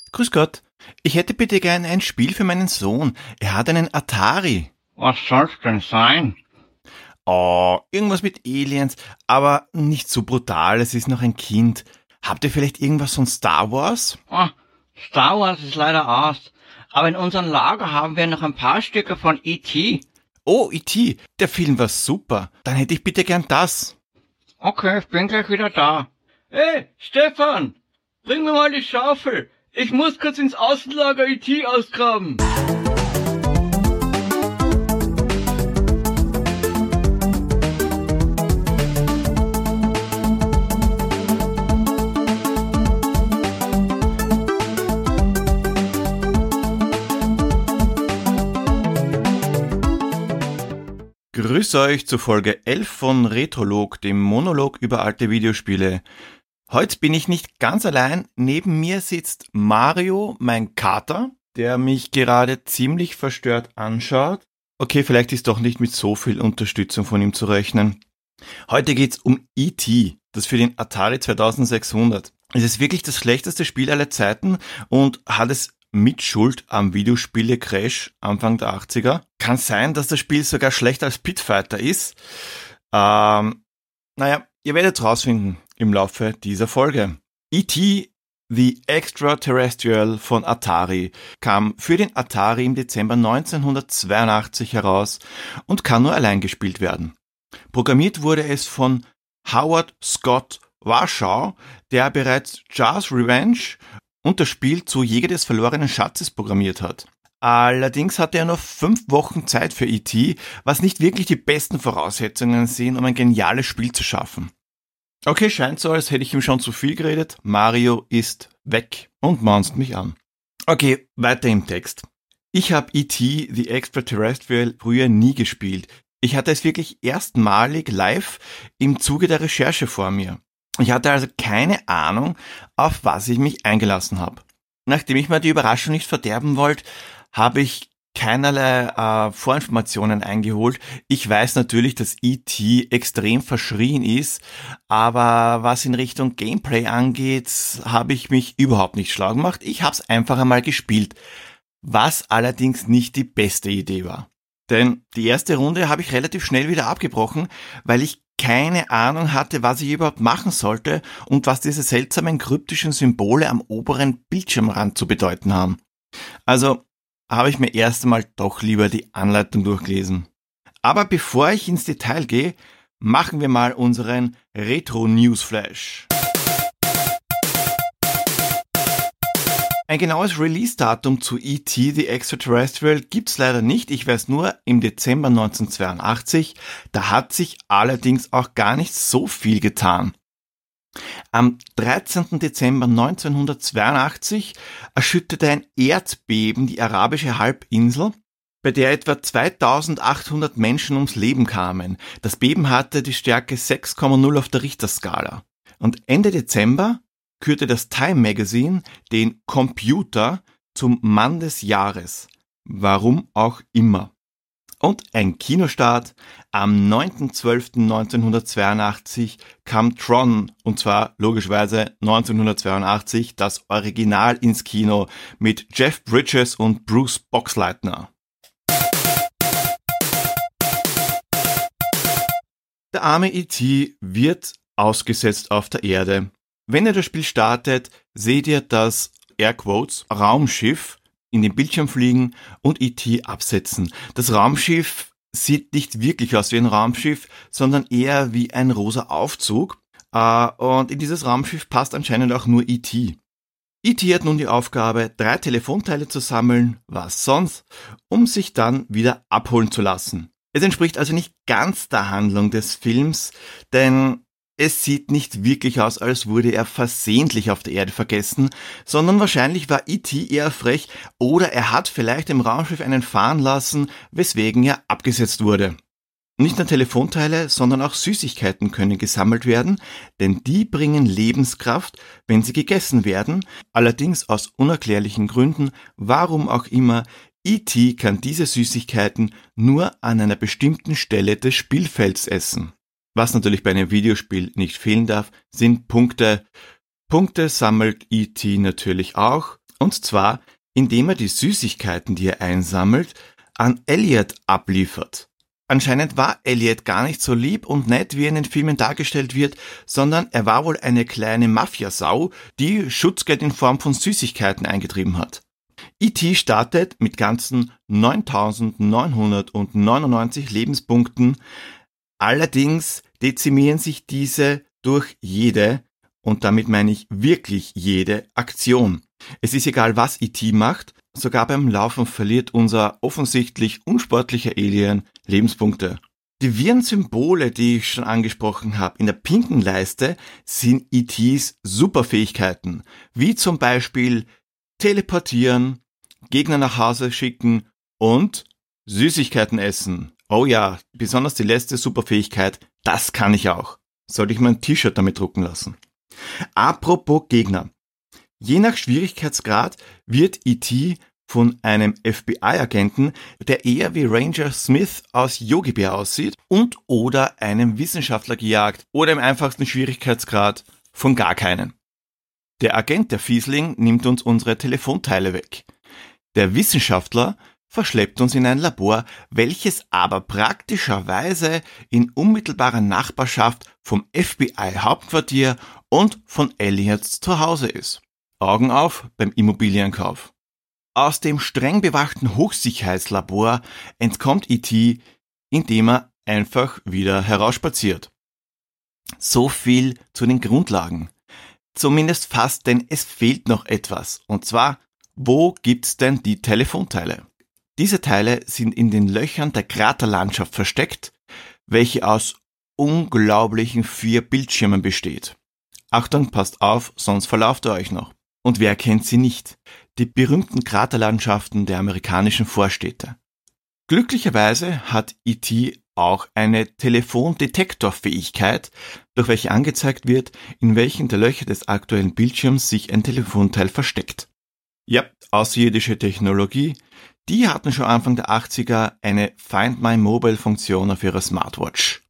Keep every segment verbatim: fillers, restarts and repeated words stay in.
Grüß Gott. Ich hätte bitte gern ein Spiel für meinen Sohn. Er hat einen Atari. Was soll's denn sein? Oh, irgendwas mit Aliens, aber nicht so brutal, es ist noch ein Kind. Habt ihr vielleicht irgendwas von Star Wars? Oh, Star Wars ist leider aus. Aber in unserem Lager haben wir noch ein paar Stücke von E T Oh, E T, der Film war super. Dann hätte ich bitte gern das. Okay, ich bin gleich wieder da. Hey, Stefan! Bring mir mal die Schaufel. Ich muss kurz ins Außenlager E T ausgraben. Grüß euch zur Folge elf von Retrolog, dem Monolog über alte Videospiele. Heute bin ich nicht ganz allein. Neben mir sitzt Mario, mein Kater, der mich gerade ziemlich verstört anschaut. Okay, vielleicht ist doch nicht mit so viel Unterstützung von ihm zu rechnen. Heute geht's um E T, das für den Atari zweitausendsechshundert. Es ist wirklich das schlechteste Spiel aller Zeiten und hat es mit Schuld am Videospiele-Crash Anfang der achtziger. Kann sein, dass das Spiel sogar schlechter als Pit Fighter ist. Ähm, naja, ihr werdet rausfinden im Laufe dieser Folge. E T The Extraterrestrial von Atari kam für den Atari im Dezember neunzehnhundertzweiundachtzig heraus und kann nur allein gespielt werden. Programmiert wurde es von Howard Scott Warshaw, der bereits Jaws Revenge und das Spiel zu Jäger des verlorenen Schatzes programmiert hat. Allerdings hatte er nur fünf Wochen Zeit für E T, was nicht wirklich die besten Voraussetzungen sind, um ein geniales Spiel zu schaffen. Okay, scheint so, als hätte ich ihm schon zu viel geredet. Mario ist weg und maunzt mich an. Okay, weiter im Text. Ich habe E T The Extraterrestrial früher nie gespielt. Ich hatte es wirklich erstmalig live im Zuge der Recherche vor mir. Ich hatte also keine Ahnung, auf was ich mich eingelassen habe. Nachdem ich mir die Überraschung nicht verderben wollte, habe ich keinerlei äh, Vorinformationen eingeholt. Ich weiß natürlich, dass E T extrem verschrien ist, aber was in Richtung Gameplay angeht, habe ich mich überhaupt nicht schlau gemacht. Ich habe es einfach einmal gespielt, was allerdings nicht die beste Idee war. Denn die erste Runde habe ich relativ schnell wieder abgebrochen, weil ich keine Ahnung hatte, was ich überhaupt machen sollte und was diese seltsamen kryptischen Symbole am oberen Bildschirmrand zu bedeuten haben. Also habe ich mir erst einmal doch lieber die Anleitung durchgelesen. Aber bevor ich ins Detail gehe, machen wir mal unseren Retro-Newsflash. Ein genaues Release-Datum zu E T The Extraterrestrial gibt's leider nicht. Ich weiß nur, im Dezember neunzehnhundertzweiundachtzig, da hat sich allerdings auch gar nicht so viel getan. Am dreizehnten Dezember neunzehnhundertzweiundachtzig erschütterte ein Erdbeben die arabische Halbinsel, bei der etwa zweitausendachthundert Menschen ums Leben kamen. Das Beben hatte die Stärke sechs Komma null auf der Richterskala. Und Ende Dezember kürte das Time Magazine den Computer zum Mann des Jahres. Warum auch immer. Und ein Kinostart. Am neunten zwölften neunzehnhundertzweiundachtzig kam Tron, und zwar logischerweise neunzehnhundertzweiundachtzig, das Original ins Kino mit Jeff Bridges und Bruce Boxleitner. Der arme E T wird ausgesetzt auf der Erde. Wenn ihr das Spiel startet, seht ihr das Airquotes Raumschiff in den Bildschirm fliegen und E T absetzen. Das Raumschiff sieht nicht wirklich aus wie ein Raumschiff, sondern eher wie ein rosa Aufzug. Und in dieses Raumschiff passt anscheinend auch nur E T. E T hat nun die Aufgabe, drei Telefonteile zu sammeln, was sonst, um sich dann wieder abholen zu lassen. Es entspricht also nicht ganz der Handlung des Films, denn es sieht nicht wirklich aus, als wurde er versehentlich auf der Erde vergessen, sondern wahrscheinlich war E T eher frech oder er hat vielleicht im Raumschiff einen fahren lassen, weswegen er abgesetzt wurde. Nicht nur Telefonteile, sondern auch Süßigkeiten können gesammelt werden, denn die bringen Lebenskraft, wenn sie gegessen werden. Allerdings aus unerklärlichen Gründen, warum auch immer, E T kann diese Süßigkeiten nur an einer bestimmten Stelle des Spielfelds essen. Was natürlich bei einem Videospiel nicht fehlen darf, sind Punkte. Punkte sammelt E T natürlich auch. Und zwar, indem er die Süßigkeiten, die er einsammelt, an Elliot abliefert. Anscheinend war Elliot gar nicht so lieb und nett, wie er in den Filmen dargestellt wird, sondern er war wohl eine kleine Mafiasau, die Schutzgeld in Form von Süßigkeiten eingetrieben hat. E T startet mit ganzen neuntausendneunhundertneunundneunzig Lebenspunkten, allerdings dezimieren sich diese durch jede, und damit meine ich wirklich jede, Aktion. Es ist egal, was E T macht, sogar beim Laufen verliert unser offensichtlich unsportlicher Alien Lebenspunkte. Die Virensymbole, die ich schon angesprochen habe, in der pinken Leiste sind E Ts Superfähigkeiten, wie zum Beispiel teleportieren, Gegner nach Hause schicken und Süßigkeiten essen. Oh ja, besonders die letzte Superfähigkeit, das kann ich auch. Sollte ich mein T-Shirt damit drucken lassen. Apropos Gegner. Je nach Schwierigkeitsgrad wird E T von einem F B I-Agenten, der eher wie Ranger Smith aus Yogi Bear aussieht, und oder einem Wissenschaftler gejagt oder im einfachsten Schwierigkeitsgrad von gar keinen. Der Agent, der Fiesling, nimmt uns unsere Telefonteile weg. Der Wissenschaftler verschleppt uns in ein Labor, welches aber praktischerweise in unmittelbarer Nachbarschaft vom F B I-Hauptquartier und von Elliots Zuhause ist. Augen auf beim Immobilienkauf. Aus dem streng bewachten Hochsicherheitslabor entkommt E T, indem er einfach wieder herausspaziert. So viel zu den Grundlagen. Zumindest fast, denn es fehlt noch etwas. Und zwar, wo gibt's denn die Telefonteile? Diese Teile sind in den Löchern der Kraterlandschaft versteckt, welche aus unglaublichen vier Bildschirmen besteht. Achtung, passt auf, sonst verlauft ihr euch noch. Und wer kennt sie nicht? Die berühmten Kraterlandschaften der amerikanischen Vorstädte. Glücklicherweise hat E T auch eine Telefondetektorfähigkeit, durch welche angezeigt wird, in welchen der Löcher des aktuellen Bildschirms sich ein Telefonteil versteckt. Ja, außerirdische Technologie, die hatten schon Anfang der achtziger eine Find My Mobile Funktion auf ihrer Smartwatch.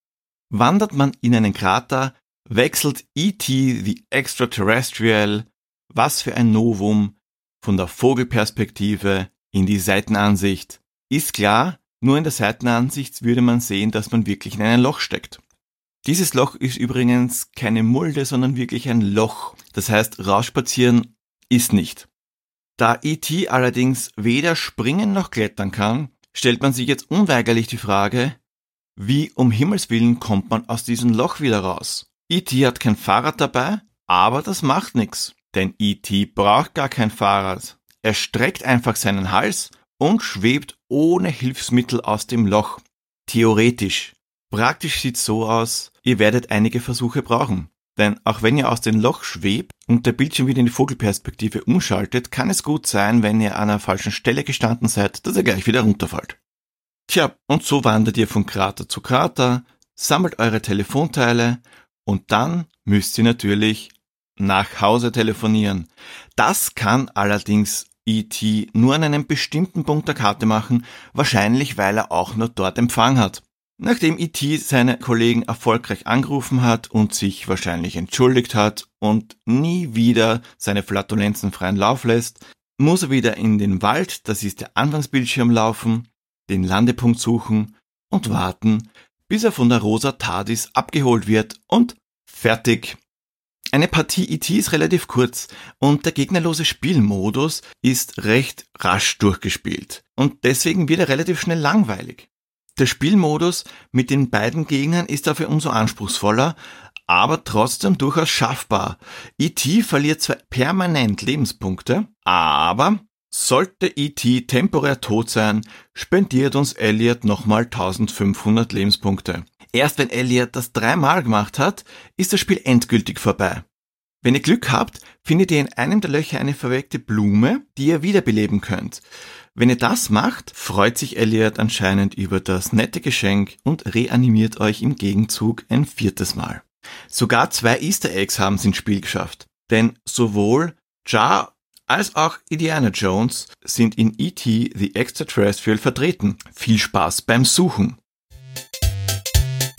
Wandert man in einen Krater, wechselt E T the Extraterrestrial, was für ein Novum, von der Vogelperspektive in die Seitenansicht. Ist klar, nur in der Seitenansicht würde man sehen, dass man wirklich in einem Loch steckt. Dieses Loch ist übrigens keine Mulde, sondern wirklich ein Loch. Das heißt, rausspazieren ist nicht. Da E T allerdings weder springen noch klettern kann, stellt man sich jetzt unweigerlich die Frage, wie um Himmels Willen kommt man aus diesem Loch wieder raus? E T hat kein Fahrrad dabei, aber das macht nichts. Denn E T braucht gar kein Fahrrad. Er streckt einfach seinen Hals und schwebt ohne Hilfsmittel aus dem Loch. Theoretisch. Praktisch sieht's so aus, ihr werdet einige Versuche brauchen. Denn auch wenn ihr aus dem Loch schwebt und der Bildschirm wieder in die Vogelperspektive umschaltet, kann es gut sein, wenn ihr an einer falschen Stelle gestanden seid, dass ihr gleich wieder runterfällt. Tja, und so wandert ihr von Krater zu Krater, sammelt eure Telefonteile und dann müsst ihr natürlich nach Hause telefonieren. Das kann allerdings E T nur an einem bestimmten Punkt der Karte machen, wahrscheinlich weil er auch nur dort Empfang hat. Nachdem E T seine Kollegen erfolgreich angerufen hat und sich wahrscheinlich entschuldigt hat und nie wieder seine Flatulenzen freien Lauf lässt, muss er wieder in den Wald, das ist der Anfangsbildschirm, laufen, den Landepunkt suchen und warten, bis er von der rosa TARDIS abgeholt wird und fertig. Eine Partie E T ist relativ kurz und der gegnerlose Spielmodus ist recht rasch durchgespielt und deswegen wird er relativ schnell langweilig. Der Spielmodus mit den beiden Gegnern ist dafür umso anspruchsvoller, aber trotzdem durchaus schaffbar. E T verliert zwar permanent Lebenspunkte, aber sollte E T temporär tot sein, spendiert uns Elliot nochmal eintausendfünfhundert Lebenspunkte. Erst wenn Elliot das dreimal gemacht hat, ist das Spiel endgültig vorbei. Wenn ihr Glück habt, findet ihr in einem der Löcher eine verwelkte Blume, die ihr wiederbeleben könnt. Wenn ihr das macht, freut sich Elliot anscheinend über das nette Geschenk und reanimiert euch im Gegenzug ein viertes Mal. Sogar zwei Easter Eggs haben es ins Spiel geschafft, denn sowohl Jar als auch Indiana Jones sind in E T the Extraterrestrial vertreten. Viel Spaß beim Suchen!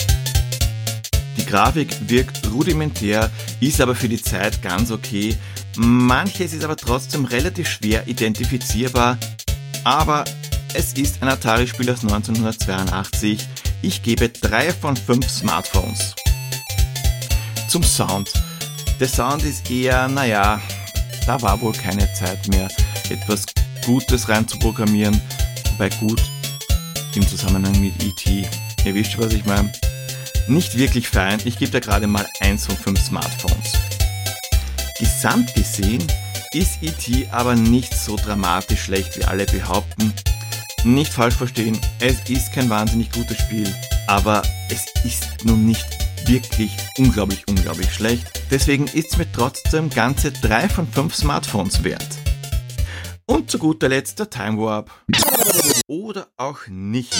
Die Grafik wirkt rudimentär, ist aber für die Zeit ganz okay Manches ist aber trotzdem relativ schwer identifizierbar, aber es ist ein Atari-Spiel aus neunzehnhundertzweiundachtzig. Ich gebe drei von fünf Smartphones. Zum Sound. Der Sound ist eher, naja, da war wohl keine Zeit mehr, etwas Gutes reinzuprogrammieren, wobei gut im Zusammenhang mit E T. Ihr wisst, was ich meine. Nicht wirklich fein, ich gebe da gerade mal eins von fünf Smartphones. Gesamt gesehen ist E T aber nicht so dramatisch schlecht, wie alle behaupten. Nicht falsch verstehen, es ist kein wahnsinnig gutes Spiel, aber es ist nun nicht wirklich unglaublich, unglaublich schlecht. Deswegen ist es mir trotzdem ganze drei von fünf Smartphones wert. Und zu guter Letzt der Time Warp. Oder auch nicht.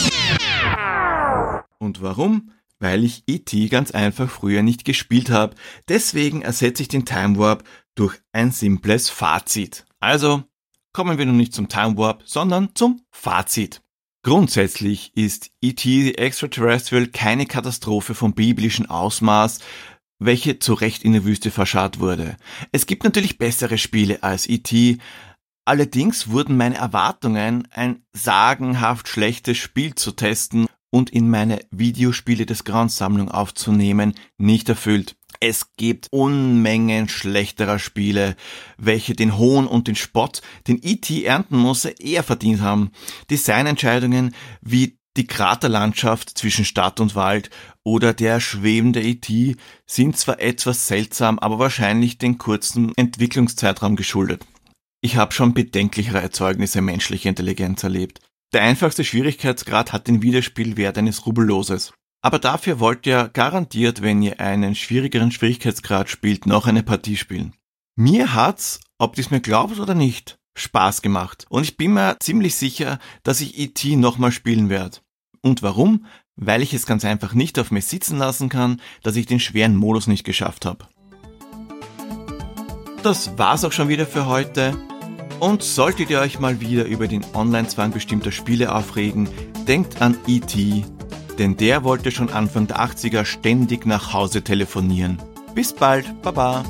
Und warum? Weil ich E T ganz einfach früher nicht gespielt habe. Deswegen ersetze ich den Time Warp durch ein simples Fazit. Also kommen wir nun nicht zum Time Warp, sondern zum Fazit. Grundsätzlich ist E T the Extraterrestrial keine Katastrophe vom biblischen Ausmaß, welche zu Recht in der Wüste verscharrt wurde. Es gibt natürlich bessere Spiele als E T, allerdings wurden meine Erwartungen, ein sagenhaft schlechtes Spiel zu testen und in meine Videospiele des Grauens-Sammlung aufzunehmen, nicht erfüllt. Es gibt Unmengen schlechterer Spiele, welche den Hohn und den Spott, den E T ernten muss, eher verdient haben. Designentscheidungen wie die Kraterlandschaft zwischen Stadt und Wald oder der schwebende E T sind zwar etwas seltsam, aber wahrscheinlich den kurzen Entwicklungszeitraum geschuldet. Ich habe schon bedenklichere Erzeugnisse menschlicher Intelligenz erlebt. Der einfachste Schwierigkeitsgrad hat den Wiederspielwert eines Rubelloses. Aber dafür wollt ihr garantiert, wenn ihr einen schwierigeren Schwierigkeitsgrad spielt, noch eine Partie spielen. Mir hat's, ob ihr es mir glaubt oder nicht, Spaß gemacht. Und ich bin mir ziemlich sicher, dass ich E T nochmal spielen werde. Und warum? Weil ich es ganz einfach nicht auf mir sitzen lassen kann, dass ich den schweren Modus nicht geschafft habe. Das war's auch schon wieder für heute. Und solltet ihr euch mal wieder über den Online-Zwang bestimmter Spiele aufregen, denkt an E T, denn der wollte schon Anfang der achtziger ständig nach Hause telefonieren. Bis bald, Baba!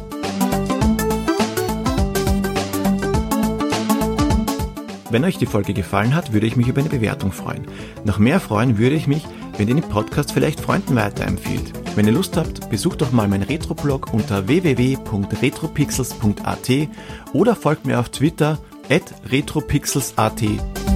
Wenn euch die Folge gefallen hat, würde ich mich über eine Bewertung freuen. Noch mehr freuen würde ich mich, wenn ihr den Podcast vielleicht Freunden weiterempfiehlt. Wenn ihr Lust habt, besucht doch mal meinen Retro-Blog unter w w w punkt retropixels punkt a t oder folgt mir auf Twitter at retropixels punkt a t.